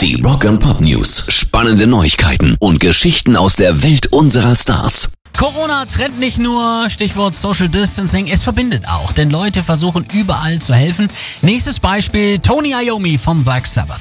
Die Rock & Pop News. Spannende Neuigkeiten und Geschichten aus der Welt unserer Stars. Corona trennt nicht nur, Stichwort Social Distancing, es verbindet auch, denn Leute versuchen überall zu helfen. Nächstes Beispiel, Tony Iommi vom Black Sabbath.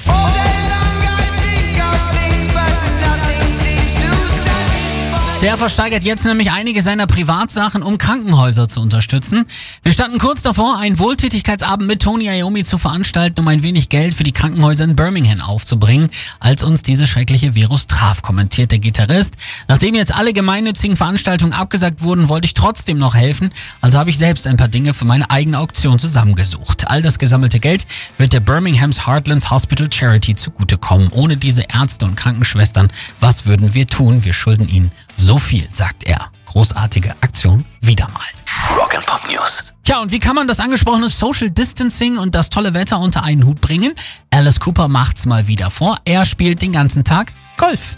Der versteigert jetzt nämlich einige seiner Privatsachen, um Krankenhäuser zu unterstützen. Wir standen kurz davor, einen Wohltätigkeitsabend mit Tony Iommi zu veranstalten, um ein wenig Geld für die Krankenhäuser in Birmingham aufzubringen, als uns dieses schreckliche Virus traf, kommentiert der Gitarrist. Nachdem jetzt alle gemeinnützigen Veranstaltungen abgesagt wurden, wollte ich trotzdem noch helfen, also habe ich selbst ein paar Dinge für meine eigene Auktion zusammengesucht. All das gesammelte Geld wird der Birminghams Heartlands Hospital Charity zugutekommen. Ohne diese Ärzte und Krankenschwestern, was würden wir tun? Wir schulden ihnen so viel, sagt er. Großartige Aktion, wieder mal. Rock & Pop News. Tja, und wie kann man das angesprochene Social Distancing und das tolle Wetter unter einen Hut bringen? Alice Cooper macht's mal wieder vor. Er spielt den ganzen Tag Golf.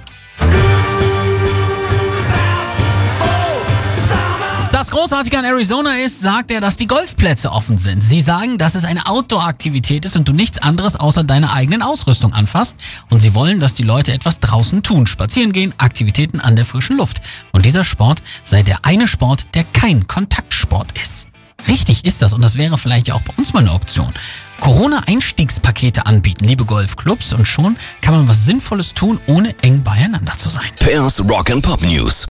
Das Großartige an Arizona ist, sagt er, dass die Golfplätze offen sind. Sie sagen, dass es eine Outdoor-Aktivität ist und du nichts anderes außer deiner eigenen Ausrüstung anfasst. Und sie wollen, dass die Leute etwas draußen tun. Spazieren gehen, Aktivitäten an der frischen Luft. Und dieser Sport sei der eine Sport, der kein Kontaktsport ist. Richtig ist das und das wäre vielleicht ja auch bei uns mal eine Option. Corona-Einstiegspakete anbieten, liebe Golfclubs, und schon kann man was Sinnvolles tun, ohne eng beieinander zu sein. Pairs Rock & Pop News.